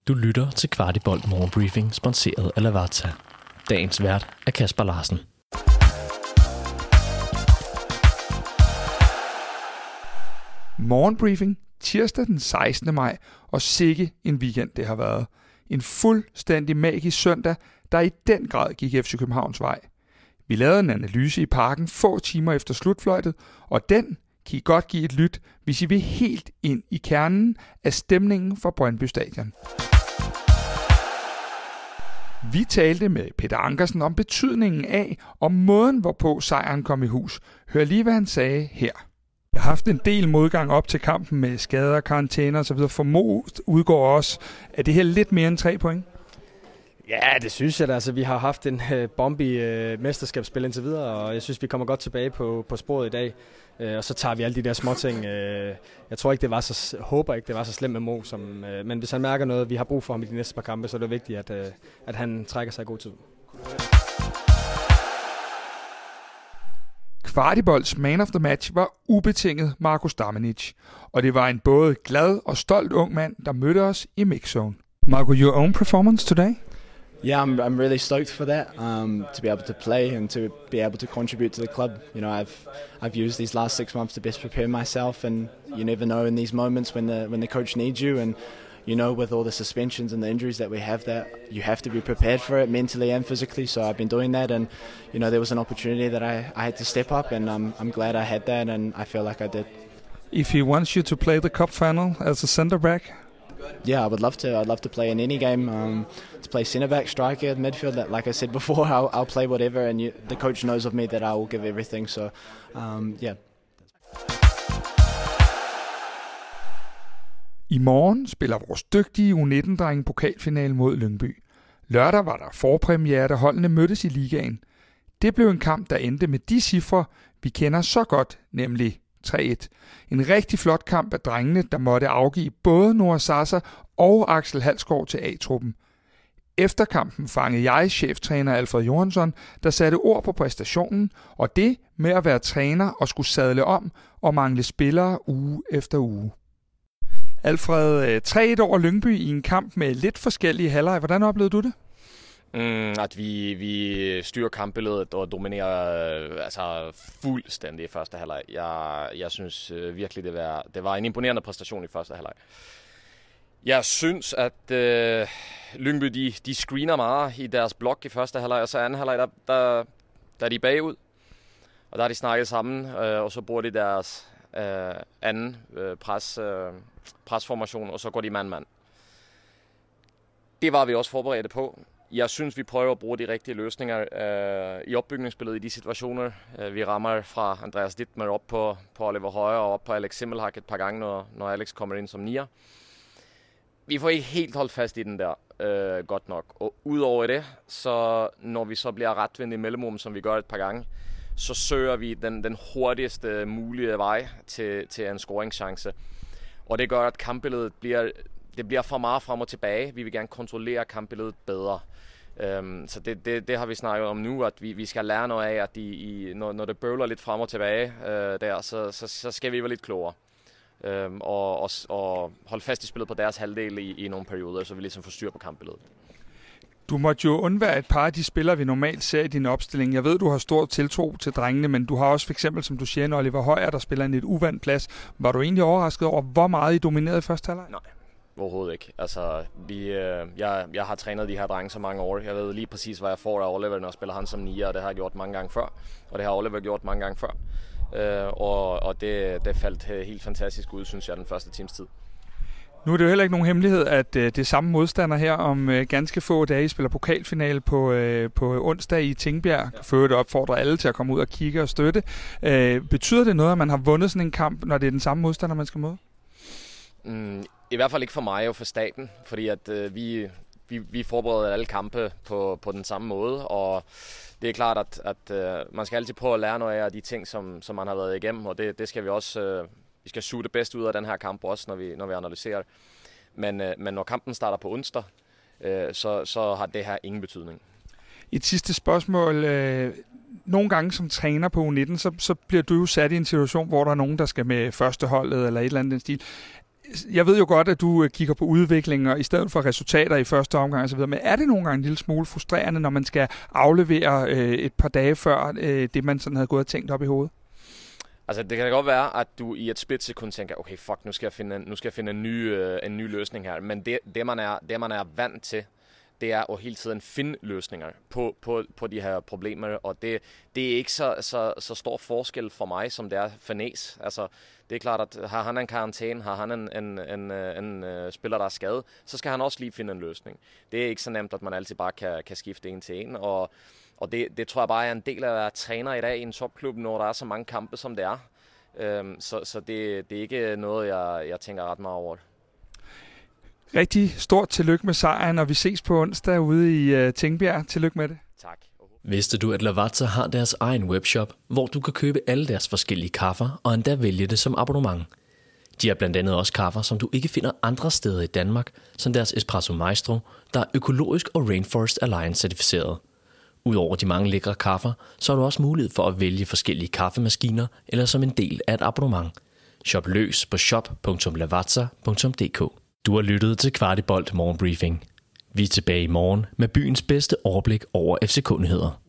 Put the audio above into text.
Du lytter til Kvartibolt Morgenbriefing, sponsoreret af Lavazza. Dagens vært er Kasper Larsen. Morgenbriefing tirsdag den 16. maj, og sikke en weekend det har været. En fuldstændig magisk søndag, der i den grad gik FC Københavns vej. Vi lavede en analyse i parken få timer efter slutfløjtet, og den kan I godt give et lyt, hvis I vil helt ind i kernen af stemningen fra Brøndby Stadion. Vi talte med Peter Ankersen om betydningen af og måden, hvorpå sejren kom i hus. Hør lige, hvad han sagde her. Jeg har haft en del modgang op til kampen med skader, karantæner osv. Formodet udgår også. Er det her lidt mere end 3 point? Ja, det synes jeg da. Altså, vi har haft en bombe mesterskabsspil indtil videre, og jeg synes, vi kommer godt tilbage på sporet i dag. Og så tager vi alle de der småting. Jeg tror ikke, håber ikke, det var så slemt med Mo. Men hvis han mærker noget, vi har brug for ham i de næste par kampe, så er det vigtigt, at han trækker sig i god tid. Kvartibolts man of the match var ubetinget Marko Stamenic, og det var en både glad og stolt ung mand, der mødte os i mixzone. Marko, your own performance today? Yeah, I'm really stoked for that. To be able to play and to be able to contribute to the club. You know, I've used these last 6 months to best prepare myself, and you never know in these moments when the coach needs you. And you know, with all the suspensions and the injuries that we have, that you have to be prepared for it mentally and physically. So I've been doing that, and you know, there was an opportunity that I had to step up, and I'm glad I had that, and I feel like I did. If he wants you to play the cup final as a centre back? Yeah, I would love to. I'd love to play in any game. To play centre back, striker, midfield. That, like I said before, I'll play whatever, and the coach knows of me that I will give everything. So, yeah. I morgen spiller vores dygtige U19-drenge pokalfinale mod Lyngby. Lørdag var der forpremiere, da holdene mødtes i ligaen. Det blev en kamp, der endte med de cifre, vi kender så godt, nemlig 3-1. En rigtig flot kamp af drengene, der måtte afgive både Noah Sasa og Axel Halsgaard til A-truppen. Efter kampen fangede jeg cheftræner Alfred Johansson, der satte ord på præstationen, og det med at være træner og skulle sadle om og mangle spillere uge efter uge. Alfred, 3-1 over Lyngby i en kamp med lidt forskellige halvleg. Hvordan oplevede du det? At vi styrer kampbilledet og dominerer fuldstændig i første halvleg. Jeg synes virkelig, det var en imponerende præstation i første halvleg. Jeg synes, at Lyngby de screener meget i deres blok i første halvleg, og så anden halvleg, der er de bagud. Og der er de snakket sammen, og så bruger de deres anden presformation, og så går de mand-mand. Det var vi også forberedte på. Jeg synes, vi prøver at bruge de rigtige løsninger i opbygningsspillet i de situationer. Vi rammer fra Andreas Dittmer op på Oliver Højer og op på Alex Simmelhag et par gange, når Alex kommer ind som nier. Vi får ikke helt holdt fast i den der godt nok. Og udover det, så når vi så bliver retvendt i mellemrum, som vi gør et par gange, så søger vi den hurtigste mulige vej til en scoringschance. Og det gør, at kampbilledet bliver for meget frem og tilbage. Vi vil gerne kontrollere kampbilledet bedre. Så det har vi snakket om nu, at vi skal lære noget af, at når det bøvler lidt frem og tilbage så skal vi være lidt klogere. Og holde fast i spillet på deres halvdel i nogle perioder, så vi ligesom får styr på kampbilledet. Du måtte jo undvære et par af de spillere, vi normalt ser i din opstilling. Jeg ved, du har stor tiltro til drengene, men du har også for eksempel, som du siger, en Oliver Højer, der spiller en lidt uvandt plads. Var du egentlig overrasket over, hvor meget I dominerede i første halvleg? Nej, overhovedet ikke. Altså, jeg har trænet de her drenge så mange år. Jeg ved lige præcis, hvad jeg får af Oliver, når jeg spiller han som nier, og det har jeg gjort mange gange før. Og det har Oliver gjort mange gange før. Og det faldt helt fantastisk ud, synes jeg, den første times tid. Nu er det jo heller ikke nogen hemmelighed, at det er samme modstander her om ganske få dage. I spiller pokalfinale på onsdag i Tingbjerg. Ja. For det opfordrer alle til at komme ud og kigge og støtte. Betyder det noget, at man har vundet sådan en kamp, når det er den samme modstander, man skal møde? I hvert fald ikke for mig og for staten, fordi at vi forbereder alle kampe på den samme måde, og det er klart, at man skal altid prøve at lære noget af de ting, som man har været igennem, og det skal vi også. Vi skal suge det bedste ud af den her kamp også, når vi analyserer. Men når kampen starter på onsdag, så har det her ingen betydning. Et sidste spørgsmål. Nogle gange som træner på U19, så bliver du jo sat i en situation, hvor der er nogen, der skal med førsteholdet eller et eller andet den stil. Jeg ved jo godt, at du kigger på udviklinger i stedet for resultater i første omgang osv., men er det nogle gange en lille smule frustrerende, når man skal aflevere et par dage før det, man sådan havde gået og tænkt op i hovedet? Altså, det kan da godt være, at du i et splitsekund tænker, okay, fuck, nu skal jeg finde en ny løsning her. Men det man er vant til, det er at hele tiden finde løsninger på de her problemer, og det er ikke så stor forskel for mig, som det er for Næs. Altså, det er klart, at har han en karantæne, har han en spiller, der er skadet, så skal han også lige finde en løsning. Det er ikke så nemt, at man altid bare kan skifte en til en, og det tror jeg bare er en del af at være træner i dag i en topklub, når der er så mange kampe, som det er. Så det er ikke noget, jeg tænker ret meget over. Rigtig stort tillykke med sejren, og vi ses på onsdag ude i Tingbjerg. Tillykke med det. Tak. Vidste du, at Lavazza har deres egen webshop, hvor du kan købe alle deres forskellige kaffer og endda vælge det som abonnement? De har blandt andet også kaffer, som du ikke finder andre steder i Danmark, som deres Espresso Maestro, der er økologisk og Rainforest Alliance certificeret. Udover de mange lækre kaffer, så har du også mulighed for at vælge forskellige kaffemaskiner eller som en del af et abonnement. Shop løs på shop.lavazza.dk. Du har lyttet til Kvartibolt Morgenbriefing. Vi er tilbage i morgen med byens bedste overblik over FCK-nyheder.